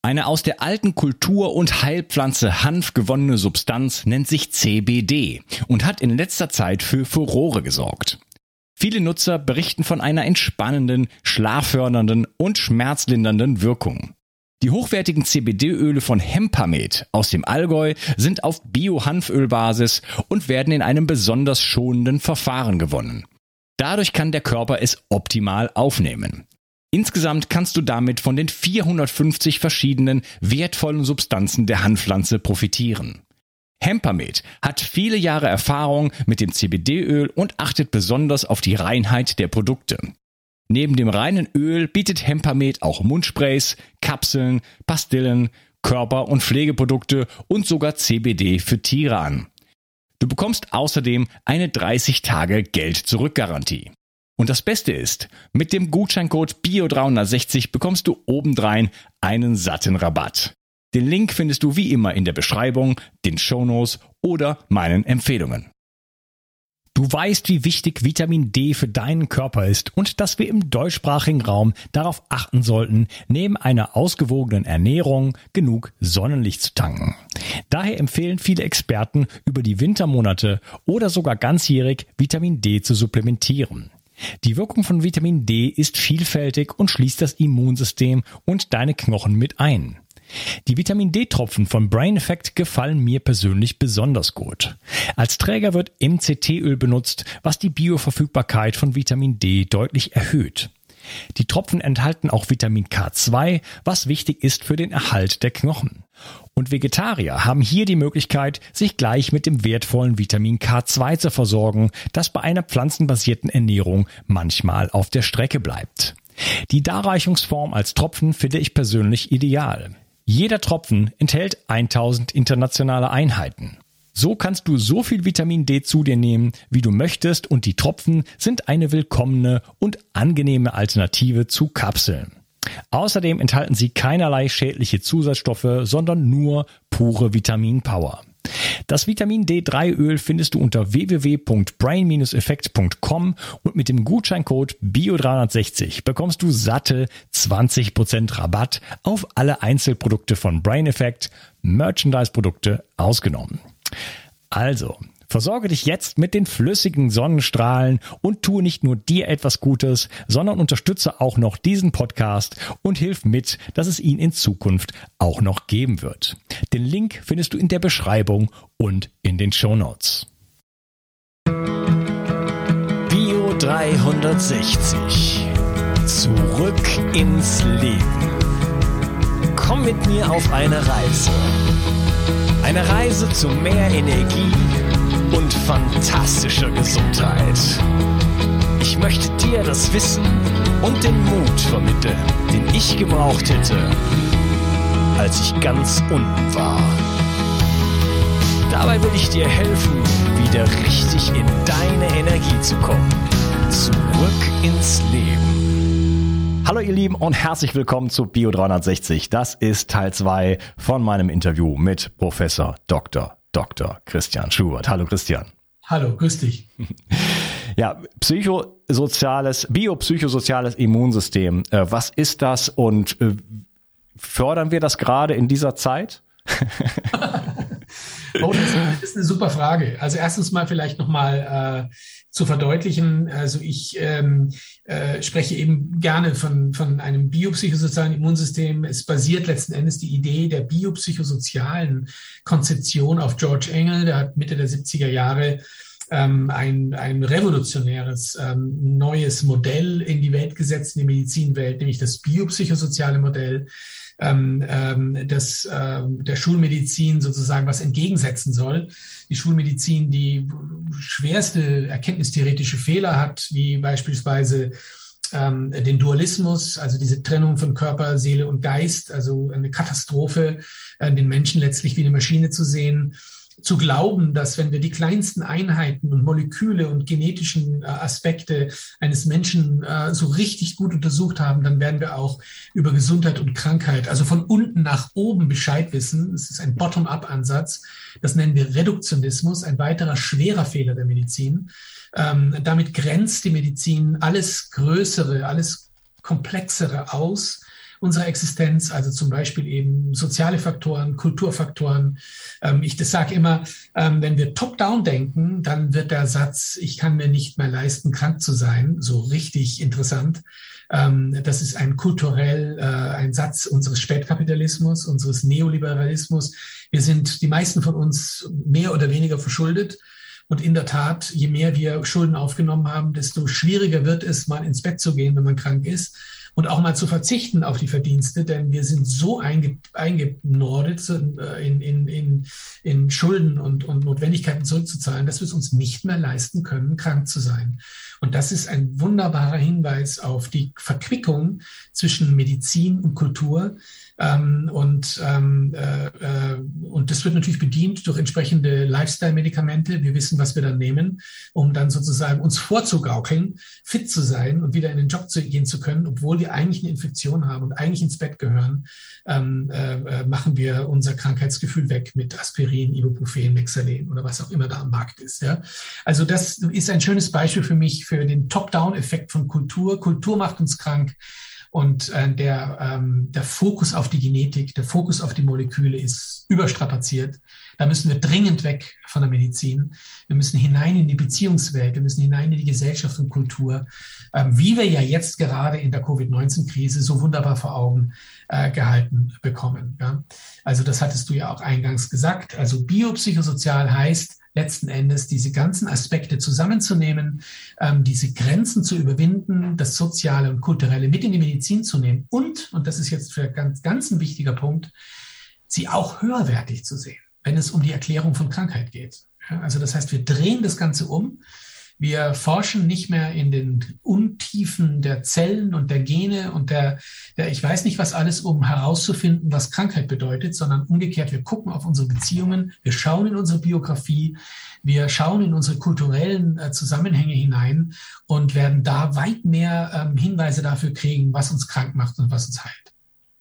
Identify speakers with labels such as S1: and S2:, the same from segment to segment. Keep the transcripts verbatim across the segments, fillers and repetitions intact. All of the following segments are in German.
S1: Eine aus der alten Kultur- und Heilpflanze Hanf gewonnene Substanz nennt sich C B D und hat in letzter Zeit für Furore gesorgt. Viele Nutzer berichten von einer entspannenden, schlaffördernden und schmerzlindernden Wirkung. Die hochwertigen C B D-Öle von Hempamet aus dem Allgäu sind auf Bio-Hanfölbasis und werden in einem besonders schonenden Verfahren gewonnen. Dadurch kann der Körper es optimal aufnehmen. Insgesamt kannst du damit von den vierhundertfünfzig verschiedenen wertvollen Substanzen der Hanfpflanze profitieren. Hempamet hat viele Jahre Erfahrung mit dem C B D-Öl und achtet besonders auf die Reinheit der Produkte. Neben dem reinen Öl bietet Hempamet auch Mundsprays, Kapseln, Pastillen, Körper- und Pflegeprodukte und sogar C B D für Tiere an. Du bekommst außerdem eine dreißig Tage Geld-Zurück-Garantie. Und das Beste ist, mit dem Gutscheincode B I O dreihundertsechzig bekommst du obendrein einen satten Rabatt. Den Link findest du wie immer in der Beschreibung, den Shownotes oder meinen Empfehlungen. Du weißt, wie wichtig Vitamin D für deinen Körper ist und dass wir im deutschsprachigen Raum darauf achten sollten, neben einer ausgewogenen Ernährung genug Sonnenlicht zu tanken. Daher empfehlen viele Experten, über die Wintermonate oder sogar ganzjährig Vitamin D zu supplementieren. Die Wirkung von Vitamin D ist vielfältig und schließt das Immunsystem und deine Knochen mit ein. Die Vitamin D-Tropfen von Brain Effect gefallen mir persönlich besonders gut. Als Träger wird M C T-Öl benutzt, was die Bioverfügbarkeit von Vitamin D deutlich erhöht. Die Tropfen enthalten auch Vitamin K zwei, was wichtig ist für den Erhalt der Knochen. Und Vegetarier haben hier die Möglichkeit, sich gleich mit dem wertvollen Vitamin K zwei zu versorgen, das bei einer pflanzenbasierten Ernährung manchmal auf der Strecke bleibt. Die Darreichungsform als Tropfen finde ich persönlich ideal. Jeder Tropfen enthält tausend internationale Einheiten. So kannst du so viel Vitamin D zu dir nehmen, wie du möchtest, und die Tropfen sind eine willkommene und angenehme Alternative zu Kapseln. Außerdem enthalten sie keinerlei schädliche Zusatzstoffe, sondern nur pure Vitaminpower. Das Vitamin D drei Öl findest du unter w w w punkt brain effect punkt com und mit dem Gutscheincode B I O dreihundertsechzig bekommst du satte zwanzig Prozent Rabatt auf alle Einzelprodukte von Brain Effect, Merchandise-Produkte ausgenommen. Also, versorge dich jetzt mit den flüssigen Sonnenstrahlen und tue nicht nur dir etwas Gutes, sondern unterstütze auch noch diesen Podcast und hilf mit, dass es ihn in Zukunft auch noch geben wird. Den Link findest du in der Beschreibung und in den Shownotes. B I O dreihundertsechzig. Zurück ins Leben. Komm mit mir auf eine Reise. Eine Reise zu mehr Energie und fantastischer Gesundheit. Ich möchte dir das Wissen und den Mut vermitteln, den ich gebraucht hätte, als ich ganz unten war. Dabei will ich dir helfen, wieder richtig in deine Energie zu kommen. Zurück ins Leben. Hallo ihr Lieben und herzlich willkommen zu B I O dreihundertsechzig. Das ist Teil zwei von meinem Interview mit Professor Doktor Doktor Christian Schubert. Hallo Christian.
S2: Hallo, grüß dich.
S1: Ja, psychosoziales, biopsychosoziales Immunsystem. Äh, was ist das und äh, fördern wir das gerade in dieser Zeit?
S2: Oh, das ist eine super Frage. Also erstens mal vielleicht nochmal äh, zu verdeutlichen. Also ich ähm, äh, spreche eben gerne von, von einem biopsychosozialen Immunsystem. Es basiert letzten Endes die Idee der biopsychosozialen Konzeption auf George Engel. Der hat Mitte der siebziger Jahre ähm, ein, ein revolutionäres ähm, neues Modell in die Welt gesetzt, in die Medizinwelt, nämlich das biopsychosoziale Modell. Ähm, ähm, das, ähm, der Schulmedizin sozusagen was entgegensetzen soll. Die Schulmedizin, die schwerste erkenntnistheoretische Fehler hat, wie beispielsweise ähm, den Dualismus, also diese Trennung von Körper, Seele und Geist, also eine Katastrophe, äh, den Menschen letztlich wie eine Maschine zu sehen. Zu glauben, dass wenn wir die kleinsten Einheiten und Moleküle und genetischen äh, Aspekte eines Menschen äh, so richtig gut untersucht haben, dann werden wir auch über Gesundheit und Krankheit, also von unten nach oben Bescheid wissen. Das ist ein Bottom-up-Ansatz. Das nennen wir Reduktionismus, ein weiterer schwerer Fehler der Medizin. Ähm, damit grenzt die Medizin alles Größere, alles Komplexere aus unserer Existenz, also zum Beispiel eben soziale Faktoren, Kulturfaktoren. Ähm, ich das sage immer, ähm, wenn wir top-down denken, dann wird der Satz, ich kann mir nicht mehr leisten, krank zu sein, so richtig interessant. Ähm, das ist ein kulturell, äh, ein Satz unseres Spätkapitalismus, unseres Neoliberalismus. Wir sind, die meisten von uns, mehr oder weniger verschuldet. Und in der Tat, je mehr wir Schulden aufgenommen haben, desto schwieriger wird es, mal ins Bett zu gehen, wenn man krank ist. Und auch mal zu verzichten auf die Verdienste, denn wir sind so einge, eingenordet in, in, in, in Schulden und, und Notwendigkeiten zurückzuzahlen, dass wir es uns nicht mehr leisten können, krank zu sein. Und das ist ein wunderbarer Hinweis auf die Verquickung zwischen Medizin und Kultur. Ähm, und, ähm, äh, und das wird natürlich bedient durch entsprechende Lifestyle-Medikamente. Wir wissen, was wir dann nehmen, um dann sozusagen uns vorzugaukeln, fit zu sein und wieder in den Job zu gehen zu können, obwohl wir eigentlich eine Infektion haben und eigentlich ins Bett gehören, ähm, äh, machen wir unser Krankheitsgefühl weg mit Aspirin, Ibuprofen, Mexalen oder was auch immer da am Markt ist. Ja? Also das ist ein schönes Beispiel für mich für den Top-Down-Effekt von Kultur. Kultur macht uns krank. Und äh, der, ähm, der Fokus auf die Genetik, der Fokus auf die Moleküle ist überstrapaziert. Da müssen wir dringend weg von der Medizin. Wir müssen hinein in die Beziehungswelt, wir müssen hinein in die Gesellschaft und Kultur, ähm, wie wir ja jetzt gerade in der Covid neunzehn Krise so wunderbar vor Augen äh, gehalten bekommen. Ja? Also das hattest du ja auch eingangs gesagt. Also biopsychosozial heißt, letzten Endes diese ganzen Aspekte zusammenzunehmen, ähm, diese Grenzen zu überwinden, das Soziale und Kulturelle mit in die Medizin zu nehmen und, und das ist jetzt für ganz, ganz ein wichtiger Punkt, sie auch höherwertig zu sehen, wenn es um die Erklärung von Krankheit geht. Ja, also das heißt, wir drehen das Ganze um. Wir forschen nicht mehr in den Untiefen der Zellen und der Gene und der, der, ich weiß nicht was alles, um herauszufinden, was Krankheit bedeutet, sondern umgekehrt, wir gucken auf unsere Beziehungen, wir schauen in unsere Biografie, wir schauen in unsere kulturellen äh, Zusammenhänge hinein und werden da weit mehr ähm, Hinweise dafür kriegen, was uns krank macht und was uns heilt.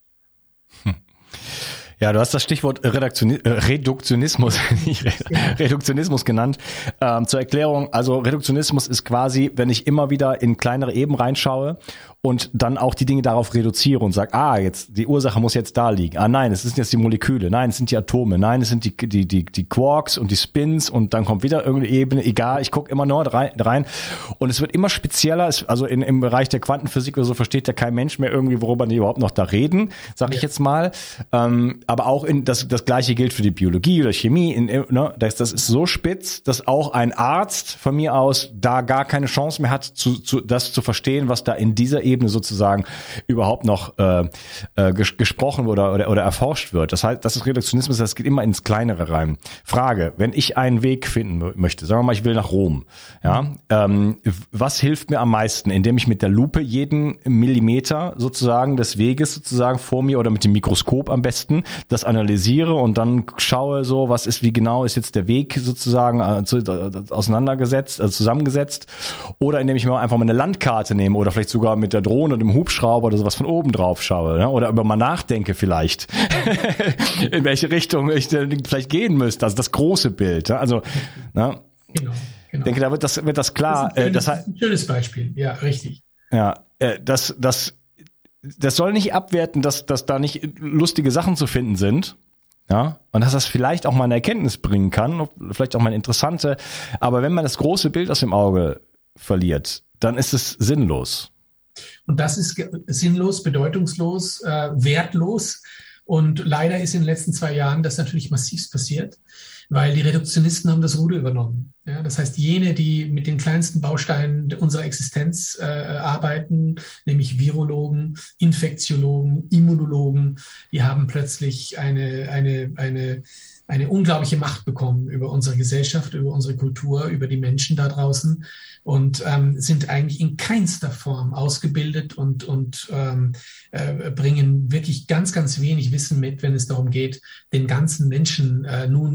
S1: Hm. Ja, du hast das Stichwort Reduktioni- äh, Reduktionismus, nicht Red- Reduktionismus genannt. Ähm, zur Erklärung, also Reduktionismus ist quasi, wenn ich immer wieder in kleinere Ebenen reinschaue und dann auch die Dinge darauf reduziere und sage, ah, jetzt die Ursache muss jetzt da liegen. Ah nein, es sind jetzt die Moleküle, nein, es sind die Atome, nein, es sind die die die die Quarks und die Spins und dann kommt wieder irgendeine Ebene, egal, ich gucke immer nur rein, rein und es wird immer spezieller, es, also in, im Bereich der Quantenphysik oder so versteht ja kein Mensch mehr irgendwie, worüber die überhaupt noch da reden, sage ich jetzt mal. Ähm, aber auch in das das Gleiche gilt für die Biologie oder Chemie, in, ne, das, das ist so spitz, dass auch ein Arzt von mir aus da gar keine Chance mehr hat, zu, zu das zu verstehen, was da in dieser Ebene sozusagen überhaupt noch äh, äh, ges- gesprochen oder, oder oder erforscht wird. Das heißt, das ist Reduktionismus, das geht immer ins Kleinere rein. Frage, wenn ich einen Weg finden möchte, sagen wir mal, ich will nach Rom, ja, ähm, was hilft mir am meisten, indem ich mit der Lupe jeden Millimeter sozusagen des Weges sozusagen vor mir oder mit dem Mikroskop am besten das analysiere und dann schaue so, was ist, wie genau ist jetzt der Weg sozusagen äh, zu, äh, auseinandergesetzt, also zusammengesetzt, oder indem ich mir einfach mal eine Landkarte nehme oder vielleicht sogar mit der Drohne und dem Hubschrauber oder sowas von oben drauf schaue, ne? Oder über mal nachdenke vielleicht, in welche Richtung ich denn vielleicht gehen müsste, also das große Bild, ja? Also, ne? Genau, genau. Denke, da wird das, wird das klar.
S2: Das ist ein schönes,
S1: äh, das,
S2: das ist ein schönes Beispiel, ja, richtig.
S1: Ja, äh, das, das, das soll nicht abwerten, dass, dass da nicht lustige Sachen zu finden sind. Ja, und dass das vielleicht auch mal eine Erkenntnis bringen kann, vielleicht auch mal eine interessante, aber wenn man das große Bild aus dem Auge verliert, dann ist es sinnlos.
S2: Und das ist sinnlos, bedeutungslos, äh, wertlos. Und leider ist in den letzten zwei Jahren das natürlich massiv passiert, weil die Reduktionisten haben das Ruder übernommen. Ja, das heißt, jene, die mit den kleinsten Bausteinen unserer Existenz äh, arbeiten, nämlich Virologen, Infektiologen, Immunologen, die haben plötzlich eine, eine, eine, eine unglaubliche Macht bekommen über unsere Gesellschaft, über unsere Kultur, über die Menschen da draußen und ähm, sind eigentlich in keinster Form ausgebildet und, und ähm, äh, bringen wirklich ganz, ganz wenig Wissen mit, wenn es darum geht, den ganzen Menschen äh, nun in dieser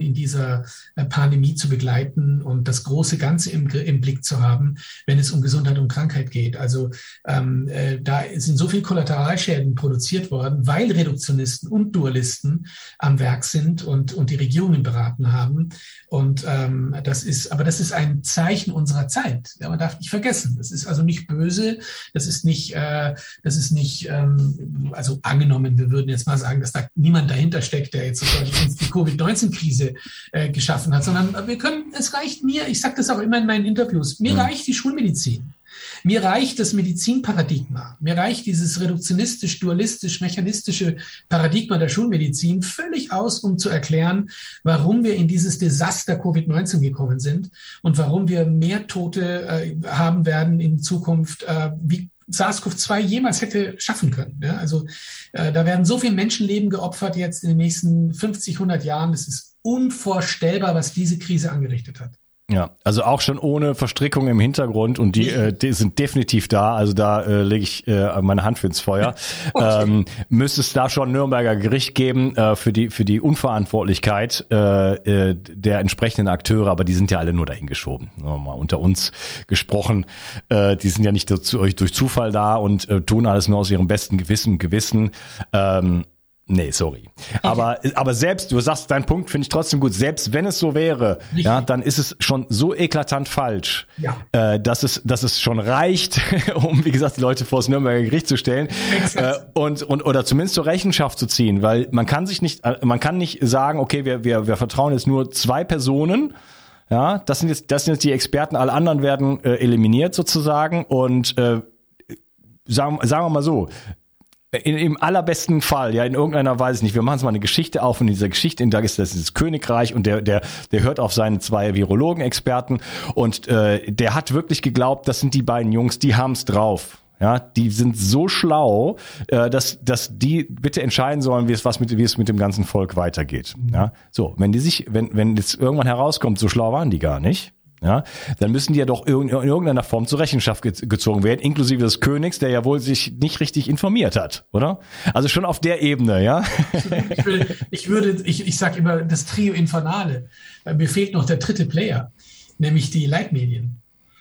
S2: dieser Pandemie zu begleiten und das große Ganze im, im Blick zu haben, wenn es um Gesundheit und Krankheit geht. Also ähm, äh, da sind so viele Kollateralschäden produziert worden, weil Reduktionisten und Dualisten am Werk sind und, und die Regierungen beraten haben. Und ähm, das ist, aber das ist ein Zeichen unserer Zeit. Ja, man darf nicht vergessen. Das ist also nicht böse. Das ist nicht, äh, das ist nicht, ähm, also angenommen, wir würden jetzt mal sagen, dass da niemand dahinter steckt, der jetzt uns die Covid neunzehn Krise äh, geschaffen hat, sondern wir können, es reicht mir, ich sage das auch immer in meinen Interviews, mir ja. reicht die Schulmedizin. Mir reicht das Medizinparadigma. Mir reicht dieses reduktionistisch, dualistisch, mechanistische Paradigma der Schulmedizin völlig aus, um zu erklären, warum wir in dieses Desaster Covid neunzehn gekommen sind und warum wir mehr Tote äh, haben werden in Zukunft, äh, wie SARS-CoV zwei jemals hätte schaffen können. Ja? Also äh, da werden so viele Menschenleben geopfert jetzt in den nächsten fünfzig, hundert Jahren. Es ist unvorstellbar, was diese Krise angerichtet hat.
S1: Ja, also auch schon ohne Verstrickung im Hintergrund und die, äh, die sind definitiv da, also da äh, lege ich äh, meine Hand für ins Feuer. Okay. Ähm, müsste es da schon ein Nürnberger Gericht geben äh, für die für die Unverantwortlichkeit äh, äh, der entsprechenden Akteure, aber die sind ja alle nur dahin geschoben. Mal unter uns gesprochen, äh, die sind ja nicht durch, durch Zufall da und äh, tun alles nur aus ihrem besten Gewissen Gewissen. Ähm, Nee, sorry. Okay. Aber, aber selbst, du sagst, dein Punkt finde ich trotzdem gut, selbst wenn es so wäre, Richtig. ja, dann ist es schon so eklatant falsch,
S2: ja.
S1: äh, dass es, dass es schon reicht, um, wie gesagt, die Leute vor das Nürnberger Gericht zu stellen, äh, und, und, oder zumindest zur Rechenschaft zu ziehen, weil man kann sich nicht, man kann nicht sagen, okay, wir, wir, wir vertrauen jetzt nur zwei Personen, ja, das sind jetzt, das sind jetzt die Experten, alle anderen werden äh, eliminiert sozusagen und, äh, sagen, sagen wir mal so, In, im allerbesten Fall, ja, in irgendeiner Weise nicht. Wir machen uns mal eine Geschichte auf und in dieser Geschichte, in da ist das dieses Königreich und der, der, der hört auf seine zwei Virologen-Experten und äh, der hat wirklich geglaubt, das sind die beiden Jungs, die haben's drauf. Ja, die sind so schlau, äh, dass, dass die bitte entscheiden sollen, wie es was mit, wie es mit dem ganzen Volk weitergeht. Ja, so, wenn die sich, wenn, wenn jetzt irgendwann herauskommt, so schlau waren die gar nicht. Ja, dann müssen die ja doch in irgendeiner Form zur Rechenschaft gezogen werden, inklusive des Königs, der ja wohl sich nicht richtig informiert hat, oder? Also schon auf der Ebene, ja?
S2: Ich würde, ich, würde, ich, ich sage immer das Trio Infernale. Mir fehlt noch der dritte Player, nämlich die Leitmedien.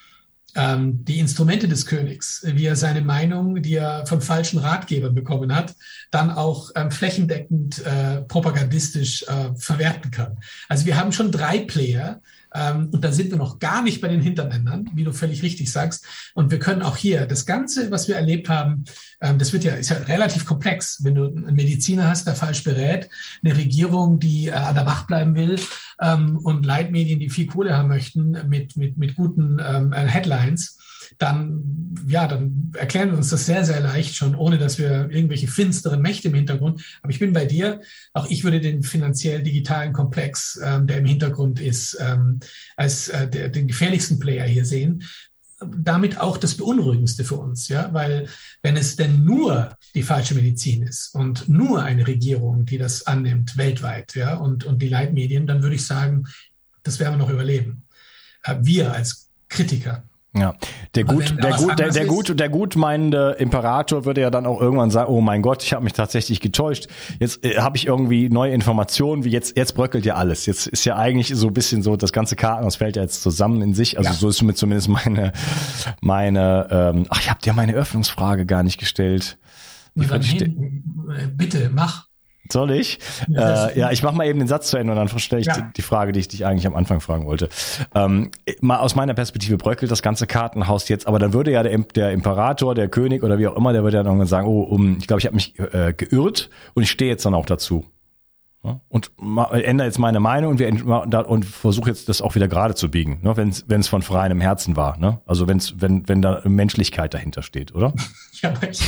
S2: Ähm, die Instrumente des Königs, wie er seine Meinung, die er von falschen Ratgebern bekommen hat, dann auch ähm, flächendeckend äh, propagandistisch äh, verwerten kann. Also wir haben schon drei Player, ähm, und da sind wir noch gar nicht bei den Hintermännern, wie du völlig richtig sagst. Und wir können auch hier das Ganze, was wir erlebt haben, ähm, das wird ja, ist ja relativ komplex. Wenn du einen Mediziner hast, der falsch berät, eine Regierung, die äh, an der Macht bleiben will, ähm, und Leitmedien, die viel Kohle haben möchten mit, mit, mit guten ähm, Headlines, dann, ja, dann erklären wir uns das sehr, sehr leicht schon, ohne dass wir irgendwelche finsteren Mächte im Hintergrund. Aber ich bin bei dir. Auch ich würde den finanziell-digitalen Komplex, ähm, der im Hintergrund ist, ähm, als äh, der, den gefährlichsten Player hier sehen. Damit auch das Beunruhigendste für uns, ja, weil wenn es denn nur die falsche Medizin ist und nur eine Regierung, die das annimmt weltweit, ja, und, und die Leitmedien, dann würde ich sagen, das werden wir noch überleben. Äh, wir als Kritiker.
S1: Ja, der gut, der gut, der, der gut, der gut meinende Imperator würde ja dann auch irgendwann sagen, oh mein Gott, ich habe mich tatsächlich getäuscht. Jetzt äh, habe ich irgendwie neue Informationen, wie jetzt, jetzt bröckelt ja alles. Jetzt ist ja eigentlich so ein bisschen so, das ganze Kartenhaus fällt ja jetzt zusammen in sich. Also ja. So ist mir zumindest meine, meine, ähm, ach, ich habe dir meine Eröffnungsfrage gar nicht gestellt.
S2: Die dann hin, bitte, mach.
S1: Soll ich? Ja, äh, ja ich mache mal eben den Satz zu Ende und dann stelle ich ja. die, die Frage, die ich dich eigentlich am Anfang fragen wollte. Ähm, mal aus meiner Perspektive bröckelt das ganze Kartenhaus jetzt, aber dann würde ja der, der Imperator, der König oder wie auch immer, der würde dann irgendwann sagen, oh, um, ich glaube, ich habe mich äh, geirrt und ich stehe jetzt dann auch dazu. Ja? Und ma, ändere jetzt meine Meinung und, wir, und versuche jetzt das auch wieder gerade zu biegen, ne? wenn es von freiem Herzen war. Ne? Also wenn's, wenn, wenn da Menschlichkeit dahinter steht, oder?
S2: Ja, aber ich...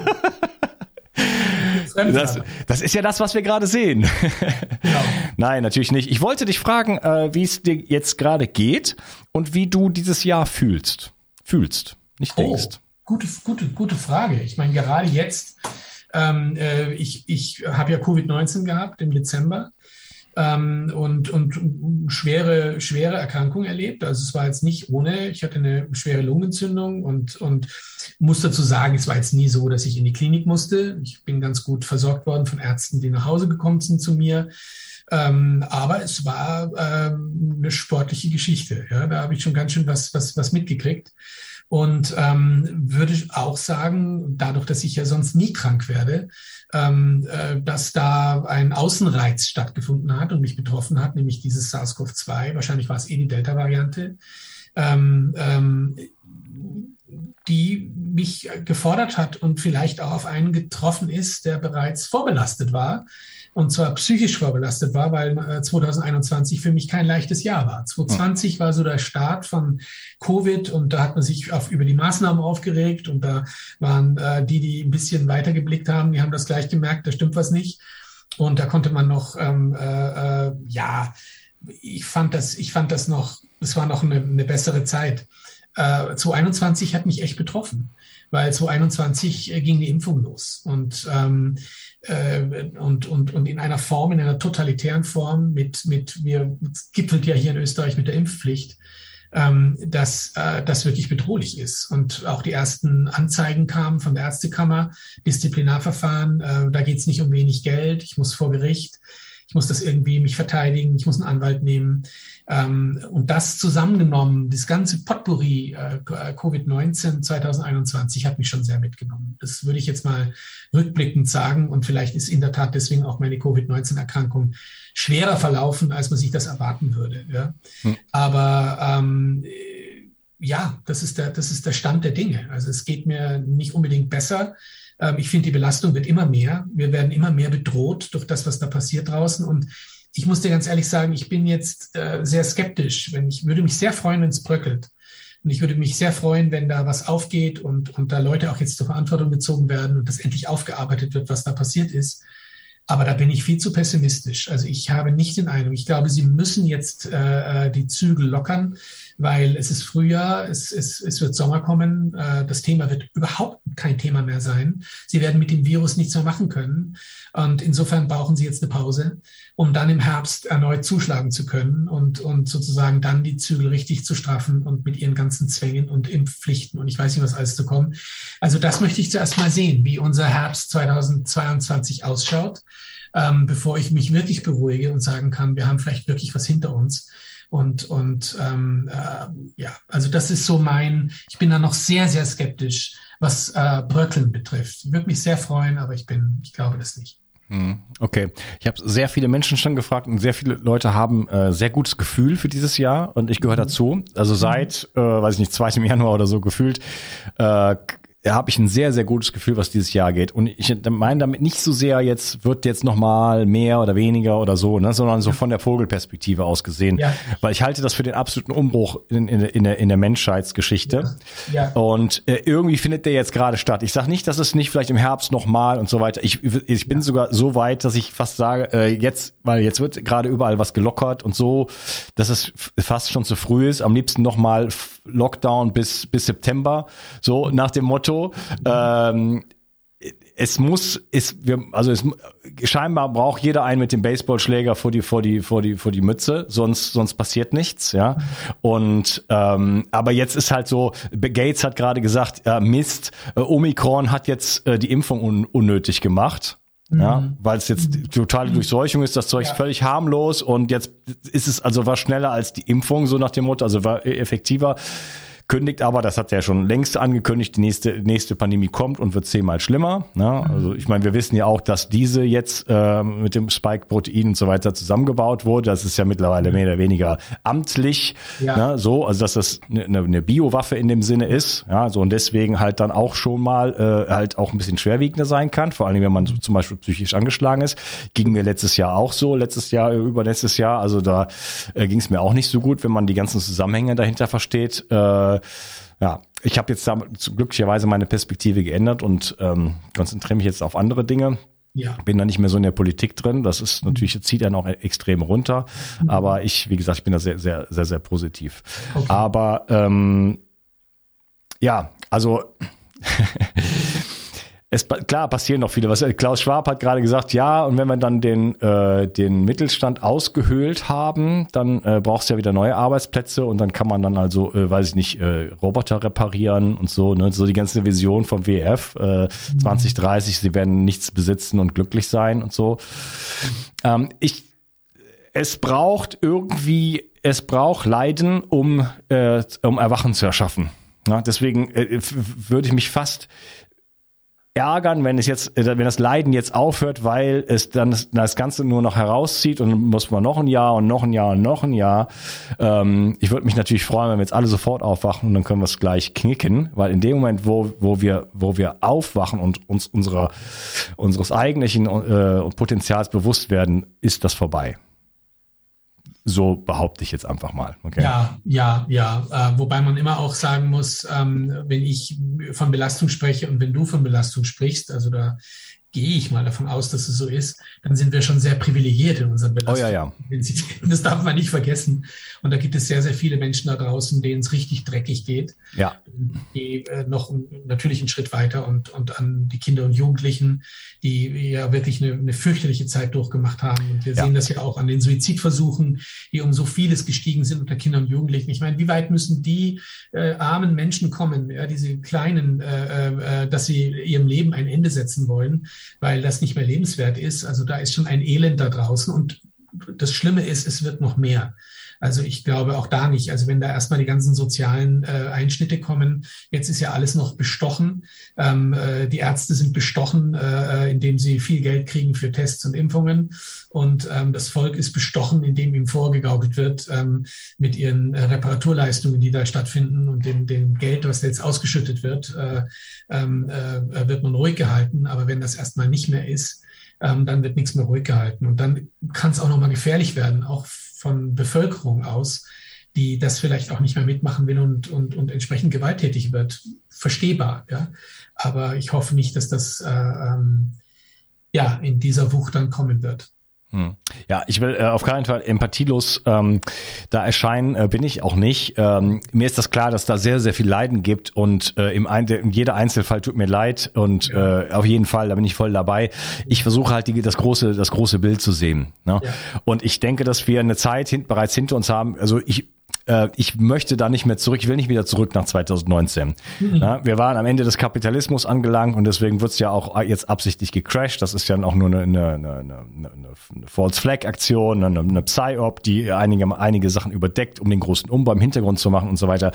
S1: Das, das ist ja das, was wir gerade sehen.
S2: Genau.
S1: Nein, natürlich nicht. Ich wollte dich fragen, äh, wie es dir jetzt gerade geht und wie du dieses Jahr fühlst. Fühlst, nicht denkst.
S2: Oh, gute, gute, gute Frage. Ich meine, gerade jetzt, ähm, äh, ich, ich habe ja Covid neunzehn gehabt im Dezember. ähm, und, und schwere, schwere Erkrankung erlebt. Also es war jetzt nicht ohne. Ich hatte eine schwere Lungenentzündung und, und muss dazu sagen, es war jetzt nie so, dass ich in die Klinik musste. Ich bin ganz gut versorgt worden von Ärzten, die nach Hause gekommen sind zu mir. Ähm, aber es war ähm, eine sportliche Geschichte. Ja, da habe ich schon ganz schön was, was, was mitgekriegt. Und ähm, würde auch sagen, dadurch, dass ich ja sonst nie krank werde, ähm, äh, dass da ein Außenreiz stattgefunden hat und mich betroffen hat, nämlich dieses SARS-CoV zwei. Wahrscheinlich war es eh die Delta-Variante, ähm, ähm, die mich gefordert hat und vielleicht auch auf einen getroffen ist, der bereits vorbelastet war. Und zwar psychisch vorbelastet war, weil äh, zwanzig einundzwanzig für mich kein leichtes Jahr war. zwanzig zwanzig war so der Start von Covid und da hat man sich auf, über die Maßnahmen aufgeregt und da waren äh, die, die ein bisschen weitergeblickt haben, die haben das gleich gemerkt, da stimmt was nicht. Und da konnte man noch, ähm, äh, äh, ja, ich fand das, ich fand das noch, es war noch eine, eine bessere Zeit. Äh, zwanzig einundzwanzig hat mich echt betroffen, weil zwanzig einundzwanzig äh, ging die Impfung los und ähm, Und, und, und in einer Form, in einer totalitären Form mit, mit wir gipfelt ja hier in Österreich mit der Impfpflicht, ähm, dass äh, das wirklich bedrohlich ist. Und auch die ersten Anzeigen kamen von der Ärztekammer, Disziplinarverfahren, äh, da geht es nicht um wenig Geld, ich muss vor Gericht, ich muss das irgendwie mich verteidigen, ich muss einen Anwalt nehmen. Ähm, und das zusammengenommen, das ganze Potpourri äh, Covid neunzehn zwanzig einundzwanzig hat mich schon sehr mitgenommen. Das würde ich jetzt mal rückblickend sagen. Und vielleicht ist in der Tat deswegen auch meine Covid neunzehn Erkrankung schwerer verlaufen, als man sich das erwarten würde. Ja? Hm. Aber ähm, ja, das ist der, das ist der Stand der Dinge. Also es geht mir nicht unbedingt besser. Ähm, ich finde, die Belastung wird immer mehr. Wir werden immer mehr bedroht durch das, was da passiert draußen. Und ich muss dir ganz ehrlich sagen, ich bin jetzt äh, sehr skeptisch. Wenn ich würde mich sehr freuen, wenn es bröckelt. Und ich würde mich sehr freuen, wenn da was aufgeht und, und da Leute auch jetzt zur Verantwortung gezogen werden und das endlich aufgearbeitet wird, was da passiert ist. Aber da bin ich viel zu pessimistisch. Also ich habe nicht den Eindruck, ich glaube, sie müssen jetzt äh, die Zügel lockern, weil es ist Frühjahr, es, es, es wird Sommer kommen. Äh, das Thema wird überhaupt kein Thema mehr sein. Sie werden mit dem Virus nichts mehr machen können. Und insofern brauchen sie jetzt eine Pause, um dann im Herbst erneut zuschlagen zu können und, und sozusagen dann die Zügel richtig zu straffen und mit ihren ganzen Zwängen und Impfpflichten und ich weiß nicht, was alles zu kommen. Also das möchte ich zuerst mal sehen, wie unser Herbst zweitausendzweiundzwanzig ausschaut, ähm, bevor ich mich wirklich beruhige und sagen kann, wir haben vielleicht wirklich was hinter uns. Und, und ähm, äh, ja, also das ist so mein, ich bin da noch sehr, sehr skeptisch, was äh, Bröckeln betrifft. Ich würde mich sehr freuen, aber ich bin, ich glaube das nicht.
S1: Okay, ich habe sehr viele Menschen schon gefragt und sehr viele Leute haben äh, sehr gutes Gefühl für dieses Jahr und ich gehöre dazu. Also seit, äh, weiß ich nicht, zweiten Januar oder so gefühlt, äh, habe ich ein sehr, sehr gutes Gefühl, was dieses Jahr geht. Und ich meine damit nicht so sehr, jetzt wird jetzt nochmal mehr oder weniger oder so, ne, sondern so ja. von der Vogelperspektive aus gesehen. Ja. Weil ich halte das für den absoluten Umbruch in, in, in, der, in der Menschheitsgeschichte. Ja. Ja. Und äh, irgendwie findet der jetzt gerade statt. Ich sage nicht, dass es nicht vielleicht im Herbst nochmal und so weiter. Ich, ich bin ja. sogar so weit, dass ich fast sage, äh, jetzt, weil jetzt wird gerade überall was gelockert und so, dass es fast schon zu früh ist. Am liebsten nochmal Lockdown bis bis September, so nach dem Motto. Ähm, es muss, es, wir, also es, scheinbar braucht jeder einen mit dem Baseballschläger vor die, vor die, vor die, vor die Mütze, sonst, sonst passiert nichts, ja. Und, ähm, aber jetzt ist halt so, Gates hat gerade gesagt, äh, Mist, äh, Omikron hat jetzt äh, die Impfung un, unnötig gemacht. Ja, mhm. weil es jetzt totale Durchseuchung ist, das Zeug ist ja. völlig harmlos und jetzt ist es also war schneller als die Impfung, so nach dem Motto, also war effektiver. Kündigt aber, das hat er ja schon längst angekündigt, die nächste nächste Pandemie kommt und wird zehnmal schlimmer. Ne? Also ich meine, wir wissen ja auch, dass diese jetzt äh, mit dem Spike-Protein und so weiter zusammengebaut wurde. Das ist ja mittlerweile mehr oder weniger amtlich, ja. ne? So, also dass das eine, eine Biowaffe in dem Sinne ist. Ja, so und deswegen halt dann auch schon mal äh, halt auch ein bisschen schwerwiegender sein kann. Vor allem, wenn man so zum Beispiel psychisch angeschlagen ist. Ging mir letztes Jahr auch so, letztes Jahr, überletztes Jahr. Also da äh, ging es mir auch nicht so gut, wenn man die ganzen Zusammenhänge dahinter versteht. Äh, Ja, ich habe jetzt da glücklicherweise meine Perspektive geändert und ähm, konzentriere mich jetzt auf andere Dinge. Ja. Bin da nicht mehr so in der Politik drin. Das ist natürlich, zieht einen auch extrem runter. Mhm. Aber ich, wie gesagt, ich bin da sehr, sehr, sehr, sehr positiv. Okay. Aber ähm, ja, also Es, klar, passieren noch viele. Was Klaus Schwab hat gerade gesagt, ja, und wenn wir dann den äh, den Mittelstand ausgehöhlt haben, dann äh, brauchst du ja wieder neue Arbeitsplätze und dann kann man dann also, äh, weiß ich nicht, äh, Roboter reparieren und so, ne? So die ganze Vision vom W E F, äh, zwanzig dreißig, sie werden nichts besitzen und glücklich sein und so. Ähm, ich, es braucht irgendwie, es braucht Leiden, um äh, um Erwachen zu erschaffen. Ja, deswegen äh, würde ich mich fast ärgern, wenn es jetzt, wenn das Leiden jetzt aufhört, weil es dann das, das Ganze nur noch herauszieht und dann muss man noch ein Jahr und noch ein Jahr und noch ein Jahr. Ähm, ich würde mich natürlich freuen, wenn wir jetzt alle sofort aufwachen und dann können wir es gleich knicken, weil in dem Moment, wo wo wir wo wir aufwachen und uns unserer unseres eigentlichen äh, Potenzials bewusst werden, ist das vorbei. So behaupte ich jetzt einfach mal. Okay.
S2: Ja, ja, ja. Äh, wobei man immer auch sagen muss, ähm, wenn ich von Belastung spreche und wenn du von Belastung sprichst, also da gehe ich mal davon aus, dass es so ist, dann sind wir schon sehr privilegiert in unseren Belastungsintensitäten.
S1: Oh, ja, ja.
S2: Das darf man nicht vergessen. Und da gibt es sehr, sehr viele Menschen da draußen, denen es richtig dreckig geht.
S1: Ja.
S2: Die äh, noch natürlich einen Schritt weiter und, und an die Kinder und Jugendlichen, die ja wirklich eine, eine fürchterliche Zeit durchgemacht haben. Und wir
S1: ja.
S2: sehen das ja auch an den Suizidversuchen, die um so vieles gestiegen sind unter Kindern und Jugendlichen. Ich meine, wie weit müssen die äh, armen Menschen kommen, ja, diese kleinen, äh, äh, dass sie ihrem Leben ein Ende setzen wollen, weil das nicht mehr lebenswert ist. Also da ist schon ein Elend da draußen. Und das Schlimme ist, es wird noch mehr. Also ich glaube auch da nicht. Also wenn da erstmal die ganzen sozialen äh, Einschnitte kommen, jetzt ist ja alles noch bestochen. Ähm, äh, die Ärzte sind bestochen, äh, indem sie viel Geld kriegen für Tests und Impfungen. Und ähm, das Volk ist bestochen, indem ihm vorgegaukelt wird ähm, mit ihren äh, Reparaturleistungen, die da stattfinden und dem, dem Geld, was jetzt ausgeschüttet wird, äh, ähm, äh, wird man ruhig gehalten. Aber wenn das erstmal nicht mehr ist, ähm, dann wird nichts mehr ruhig gehalten. Und dann kann es auch nochmal gefährlich werden, auch von Bevölkerung aus, die das vielleicht auch nicht mehr mitmachen will und, und, und entsprechend gewalttätig wird. Verstehbar, ja. Aber ich hoffe nicht, dass das äh, ähm, ja in dieser Wucht dann kommen wird.
S1: Hm. Ja, ich will äh, auf keinen Fall empathielos ähm, da erscheinen, äh, bin ich auch nicht. Ähm, mir ist das klar, dass da sehr, sehr viel Leiden gibt und äh, im ein, jeder Einzelfall tut mir leid und ja. äh, auf jeden Fall, da bin ich voll dabei. Ich versuche halt die, das große, das große Bild zu sehen. Ne? Ja. Und ich denke, dass wir eine Zeit hin, bereits hinter uns haben. Also ich Ich möchte da nicht mehr zurück, ich will nicht wieder zurück nach zwanzig neunzehn. Mhm. Ja, wir waren am Ende des Kapitalismus angelangt und deswegen wird's ja auch jetzt absichtlich gecrashed. Das ist ja auch nur eine, eine, eine, eine, eine False-Flag-Aktion, eine, eine Psy-Op, die einige, einige Sachen überdeckt, um den großen Umbau im Hintergrund zu machen und so weiter.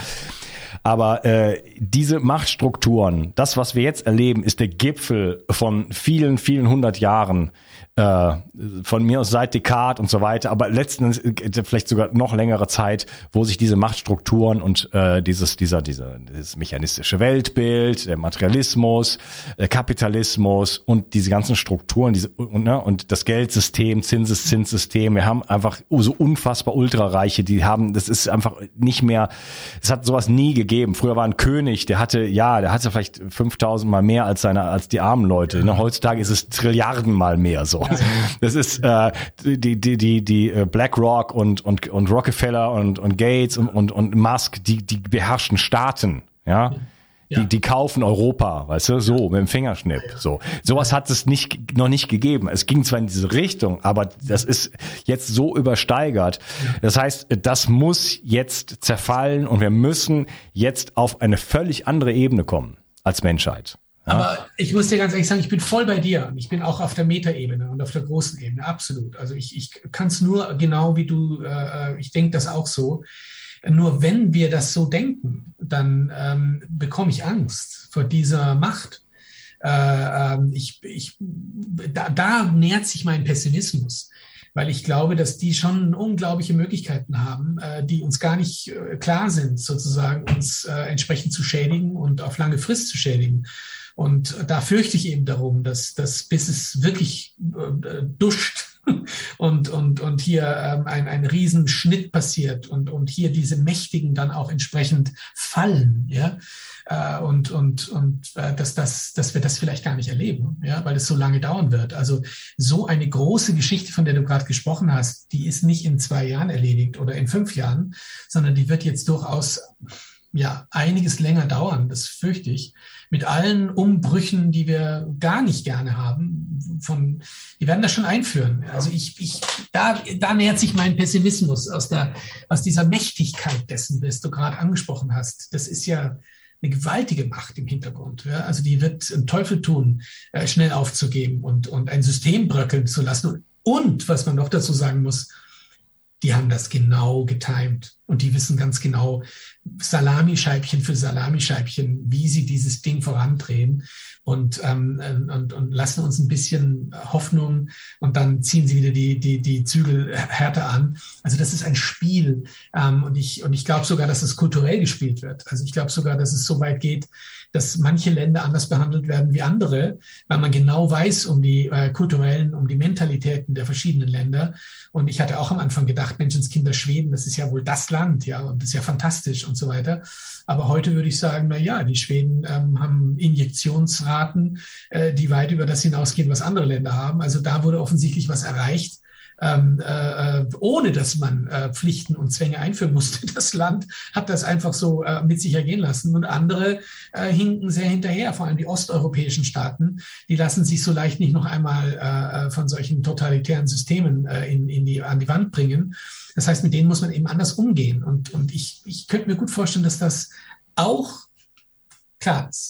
S1: Aber äh, diese Machtstrukturen, das, was wir jetzt erleben, ist der Gipfel von vielen, vielen hundert Jahren, äh, von mir aus seit Descartes und so weiter, aber letztens vielleicht sogar noch längere Zeit, wo sich diese Machtstrukturen und äh, dieses dieser dieser dieses mechanistische Weltbild, der Materialismus, der Kapitalismus und diese ganzen Strukturen, diese und, ne, und das Geldsystem, Zinseszinssystem, wir haben einfach so unfassbar Ultrareiche, die haben, das ist einfach nicht mehr, es hat sowas nie gegeben. Früher war ein König, der hatte, ja, der hatte vielleicht fünftausend Mal mehr als seine als die armen Leute. Ne? Heutzutage ist es Trilliarden mal mehr so. Das ist äh, die die die die BlackRock und und und Rockefeller und und Gates und und, und Musk, die die beherrschen Staaten, ja. Ja. Die, die kaufen Europa, weißt du, so, mit dem Fingerschnipp, so. Sowas hat es nicht, noch nicht gegeben. Es ging zwar in diese Richtung, aber das ist jetzt so übersteigert. Das heißt, das muss jetzt zerfallen und wir müssen jetzt auf eine völlig andere Ebene kommen als Menschheit. Ja?
S2: Aber ich muss dir ganz ehrlich sagen, ich bin voll bei dir. Ich bin auch auf der Metaebene und auf der großen Ebene, absolut. Also ich, ich kann es nur genau wie du, äh, ich denke das auch so. Nur wenn wir das so denken, dann ähm, bekomme ich Angst vor dieser Macht. Äh, ähm, ich, ich, da, da nähert sich mein Pessimismus, weil ich glaube, dass die schon unglaubliche Möglichkeiten haben, äh, die uns gar nicht äh, klar sind, sozusagen uns äh, entsprechend zu schädigen und auf lange Frist zu schädigen. Und da fürchte ich eben darum, dass, dass bis es wirklich äh, duscht, Und, und, und hier ähm, ein, ein Riesenschnitt passiert und, und hier diese Mächtigen dann auch entsprechend fallen, ja, äh, und, und, und äh, dass, dass, dass wir das vielleicht gar nicht erleben, ja, weil es so lange dauern wird. Also so eine große Geschichte, von der du gerade gesprochen hast, die ist nicht in zwei Jahren erledigt oder in fünf Jahren, sondern die wird jetzt durchaus ja einiges länger dauern, das fürchte ich, mit allen Umbrüchen, die wir gar nicht gerne haben. Von, die werden das schon einführen. Also ich, ich, da, da nähert sich mein Pessimismus aus der, aus dieser Mächtigkeit dessen, was du gerade angesprochen hast. Das ist ja eine gewaltige Macht im Hintergrund. Ja? Also die wird einen Teufel tun, äh, schnell aufzugeben und, und ein System bröckeln zu lassen. Und was man noch dazu sagen muss, die haben das genau getimt und die wissen ganz genau, Salamischeibchen für Salamischeibchen, wie sie dieses Ding vorandrehen und, ähm, und, und lassen uns ein bisschen Hoffnung und dann ziehen sie wieder die, die, die Zügel härter an. Also das ist ein Spiel ähm, und ich, und ich glaube sogar, dass es kulturell gespielt wird. Also ich glaube sogar, dass es so weit geht, dass manche Länder anders behandelt werden wie andere, weil man genau weiß um die äh, kulturellen, um die Mentalitäten der verschiedenen Länder. Und ich hatte auch am Anfang gedacht, Menschenskinder Schweden, das ist ja wohl das Land, ja, und das ist ja fantastisch und so weiter. Aber heute würde ich sagen, na ja, die Schweden ähm, haben Injektionsraten, äh, die weit über das hinausgehen, was andere Länder haben. Also da wurde offensichtlich was erreicht. Ähm, äh, ohne dass man äh, Pflichten und Zwänge einführen musste. Das Land hat das einfach so äh, mit sich ergehen lassen und andere äh, hinken sehr hinterher, vor allem die osteuropäischen Staaten, die lassen sich so leicht nicht noch einmal äh, von solchen totalitären Systemen äh, in, in die, an die Wand bringen. Das heißt, mit denen muss man eben anders umgehen und, und ich, ich könnte mir gut vorstellen, dass das auch, klar ist,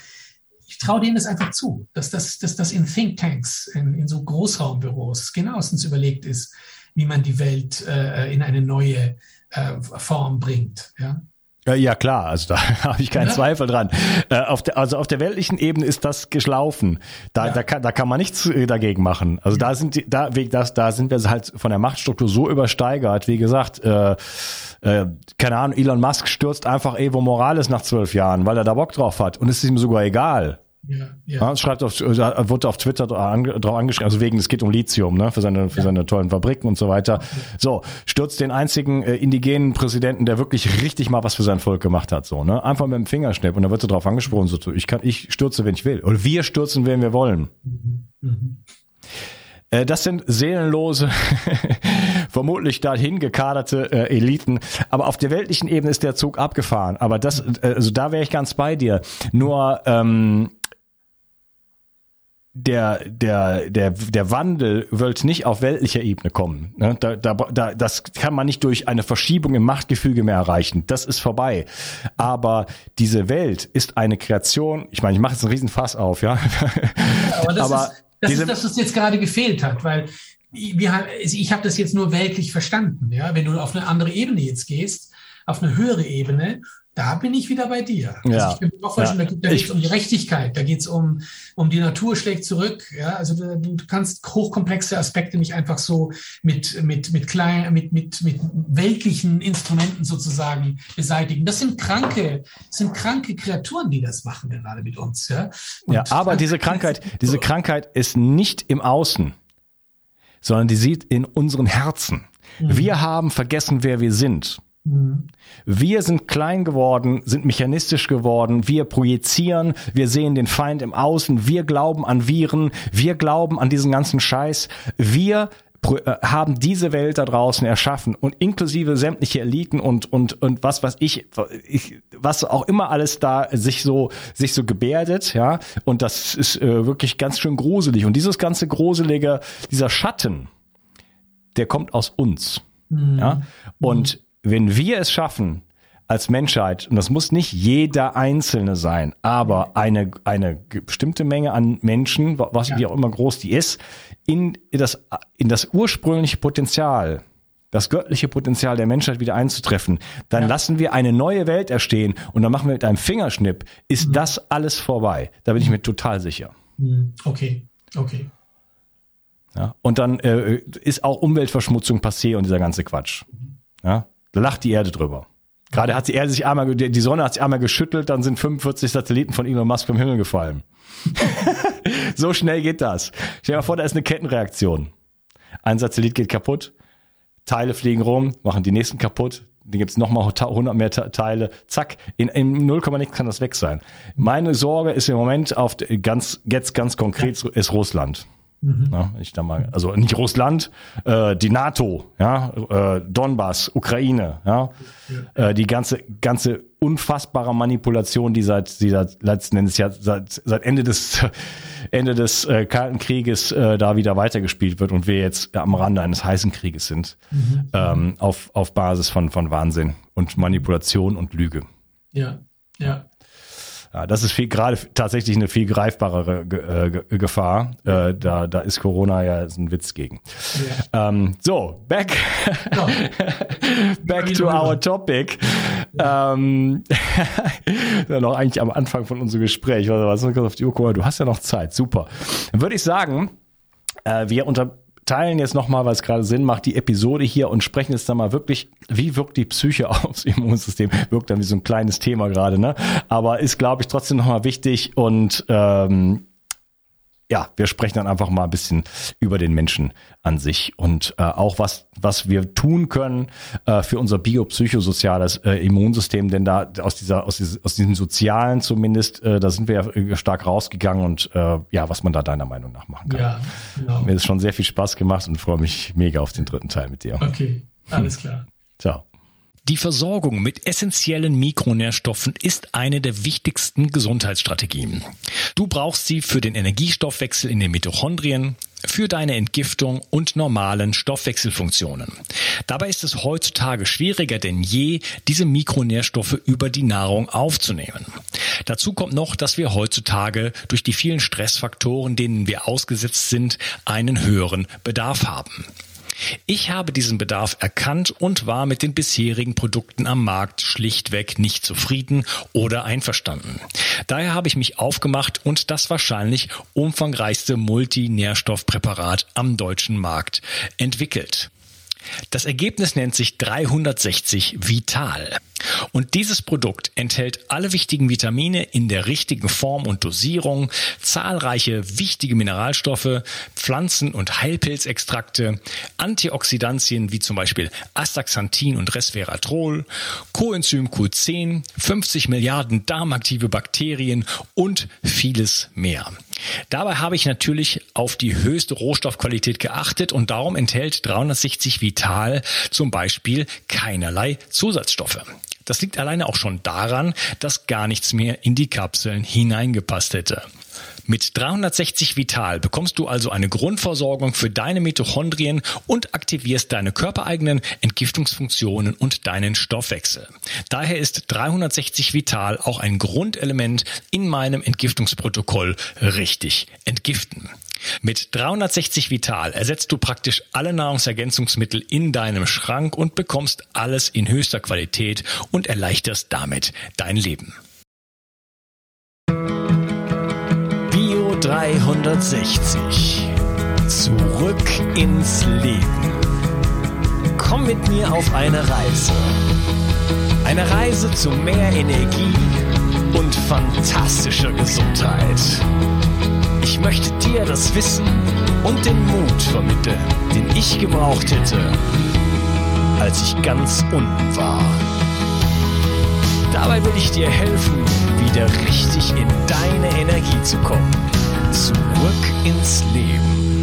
S2: ich traue denen das einfach zu, dass das, dass das in Thinktanks, in, in so Großraumbüros genauestens überlegt ist, wie man die Welt äh, in eine neue äh, Form bringt. Ja?
S1: Ja, ja klar, also da habe ich keinen ja. Zweifel dran. Äh, auf der, also auf der weltlichen Ebene ist das geschlaufen. Da, ja. da, kann, da kann man nichts dagegen machen. Also ja. da sind die, da, wie das, da sind wir halt von der Machtstruktur so übersteigert. Wie gesagt, äh, äh, keine Ahnung, Elon Musk stürzt einfach Evo Morales nach zwölf Jahren, weil er da Bock drauf hat. Und es ist ihm sogar egal. Ja, ja. Ja, schreibt auf, wurde auf Twitter drauf angeschrieben, also wegen, es geht um Lithium, ne, für seine, für ja. seine tollen Fabriken und so weiter. So, stürzt den einzigen äh, indigenen Präsidenten, der wirklich richtig mal was für sein Volk gemacht hat, so, ne, einfach mit dem Fingerschnipp und da wird so drauf angesprochen, so, ich kann, ich stürze, wenn ich will. Oder wir stürzen, wen wir wollen. Mhm. Mhm. Äh, das sind seelenlose, vermutlich dahin gekaderte äh, Eliten. Aber auf der weltlichen Ebene ist der Zug abgefahren. Aber das, äh, also da wäre ich ganz bei dir. Nur, ähm, Der, der, der, der Wandel wird nicht auf weltlicher Ebene kommen. Da, da, da, das kann man nicht durch eine Verschiebung im Machtgefüge mehr erreichen. Das ist vorbei. Aber diese Welt ist eine Kreation. Ich meine, ich mache jetzt einen riesen Fass auf, ja.
S2: Aber das, Aber ist, das diese, ist das, was jetzt gerade gefehlt hat, weil wir, ich habe das jetzt nur weltlich verstanden. Ja, wenn du auf eine andere Ebene jetzt gehst, auf eine höhere Ebene, da bin ich wieder bei dir.
S1: Ja.
S2: Also ich bin mir auch vorstellen, ja. da geht es um Gerechtigkeit, da geht es um, um die Natur schlägt zurück. Ja, also du, du kannst hochkomplexe Aspekte nicht einfach so mit, mit, mit kleinen, mit, mit, mit weltlichen Instrumenten sozusagen beseitigen. Das sind kranke, das sind kranke Kreaturen, die das machen gerade mit uns. Ja,
S1: Und ja aber diese Krankheit, diese Krankheit ist nicht im Außen, sondern die sieht in unseren Herzen. Mhm. Wir haben vergessen, wer wir sind. Wir sind klein geworden, sind mechanistisch geworden, wir projizieren, wir sehen den Feind im Außen, wir glauben an Viren, wir glauben an diesen ganzen Scheiß, wir haben diese Welt da draußen erschaffen und inklusive sämtliche Eliten und und und was was ich, ich was auch immer alles da sich so sich so gebärdet, ja, und das ist äh, wirklich ganz schön gruselig und dieses ganze gruselige, dieser Schatten, der kommt aus uns, mhm. ja, und wenn wir es schaffen, als Menschheit, und das muss nicht jeder Einzelne sein, aber eine eine bestimmte Menge an Menschen, was ja. wie auch immer groß die ist, in das in das ursprüngliche Potenzial, das göttliche Potenzial der Menschheit wieder einzutreffen, dann ja. lassen wir eine neue Welt erstehen und dann machen wir mit einem Fingerschnipp, ist mhm. das alles vorbei. Da bin ich mir total sicher.
S2: Okay, okay.
S1: Ja, und dann äh, ist auch Umweltverschmutzung passé und dieser ganze Quatsch. Ja. Da lacht die Erde drüber. Gerade hat die Erde sich einmal, die Sonne hat sich einmal geschüttelt, dann sind fünfundvierzig Satelliten von Elon Musk vom Himmel gefallen. So schnell geht das. Stell dir mal vor, da ist eine Kettenreaktion. Ein Satellit geht kaputt, Teile fliegen rum, machen die nächsten kaputt, dann gibt's nochmal hundert mehr Teile, zack, in, in null Komma nichts kann das weg sein. Meine Sorge ist im Moment auf ganz, jetzt ganz konkret ist Russland. Mhm. Ja, ich da mal, also nicht Russland, äh, die NATO, ja, äh, Donbass, Ukraine, ja, ja. Äh, die ganze ganze unfassbare Manipulation, die seit, die seit letzten Endes ja seit seit Ende des Ende des äh, Kalten Krieges äh, da wieder weitergespielt wird und wir jetzt am Rande eines heißen Krieges sind, mhm. ähm, auf auf Basis von von Wahnsinn und Manipulation und Lüge.
S2: Ja, ja.
S1: Ja, das ist viel, gerade tatsächlich eine viel greifbarere Ge- äh, Gefahr. Äh, da, da ist Corona ja ist ein Witz gegen. Ja. Ähm, so, back, no. back to our topic. Ja. Ähm, ja, noch eigentlich am Anfang von unserem Gespräch. Was ist auf die Uhr? Guck mal, du hast ja noch Zeit. Super. Dann würde ich sagen, äh, wir unter teilen jetzt nochmal, weil es gerade Sinn macht, die Episode hier und sprechen jetzt dann mal wirklich, wie wirkt die Psyche aufs Immunsystem? Wirkt dann wie so ein kleines Thema gerade, ne? Aber ist, glaube ich, trotzdem nochmal wichtig und ähm, ja, wir sprechen dann einfach mal ein bisschen über den Menschen an sich und äh, auch was was wir tun können äh, für unser biopsychosoziales äh, Immunsystem, denn da aus dieser aus diesem, aus diesem sozialen zumindest, äh, da sind wir ja stark rausgegangen und äh, ja, was man da deiner Meinung nach machen kann. Ja, genau. Mir hat schon sehr viel Spaß gemacht und freue mich mega auf den dritten Teil mit dir.
S2: Okay, alles klar.
S1: Ciao.
S3: Die Versorgung mit essentiellen Mikronährstoffen ist eine der wichtigsten Gesundheitsstrategien. Du brauchst sie für den Energiestoffwechsel in den Mitochondrien, für deine Entgiftung und normalen Stoffwechselfunktionen. Dabei ist es heutzutage schwieriger denn je, diese Mikronährstoffe über die Nahrung aufzunehmen. Dazu kommt noch, dass wir heutzutage durch die vielen Stressfaktoren, denen wir ausgesetzt sind, einen höheren Bedarf haben. Ich habe diesen Bedarf erkannt und war mit den bisherigen Produkten am Markt schlichtweg nicht zufrieden oder einverstanden. Daher habe ich mich aufgemacht und das wahrscheinlich umfangreichste Multinährstoffpräparat am deutschen Markt entwickelt. Das Ergebnis nennt sich dreihundertsechzig Vital. Und dieses Produkt enthält alle wichtigen Vitamine in der richtigen Form und Dosierung, zahlreiche wichtige Mineralstoffe, Pflanzen- und Heilpilzextrakte, Antioxidantien wie zum Beispiel Astaxanthin und Resveratrol, Coenzym Q zehn, fünfzig Milliarden darmaktive Bakterien und vieles mehr. Dabei habe ich natürlich auf die höchste Rohstoffqualität geachtet und darum enthält dreihundertsechzig Vital zum Beispiel keinerlei Zusatzstoffe. Das liegt alleine auch schon daran, dass gar nichts mehr in die Kapseln hineingepasst hätte. Mit dreihundertsechzig Vital bekommst du also eine Grundversorgung für deine Mitochondrien und aktivierst deine körpereigenen Entgiftungsfunktionen und deinen Stoffwechsel. Daher ist dreihundertsechzig Vital auch ein Grundelement in meinem Entgiftungsprotokoll richtig entgiften. Mit dreihundertsechzig Vital ersetzt du praktisch alle Nahrungsergänzungsmittel in deinem Schrank und bekommst alles in höchster Qualität und erleichterst damit dein Leben. Bio dreihundertsechzig. Zurück ins Leben. Komm mit mir auf eine Reise. Eine Reise zu mehr Energie und fantastischer Gesundheit. Ich möchte dir das Wissen und den Mut vermitteln, den ich gebraucht hätte, als ich ganz unten war. Dabei will ich dir helfen, wieder richtig in deine Energie zu kommen. Zurück ins Leben.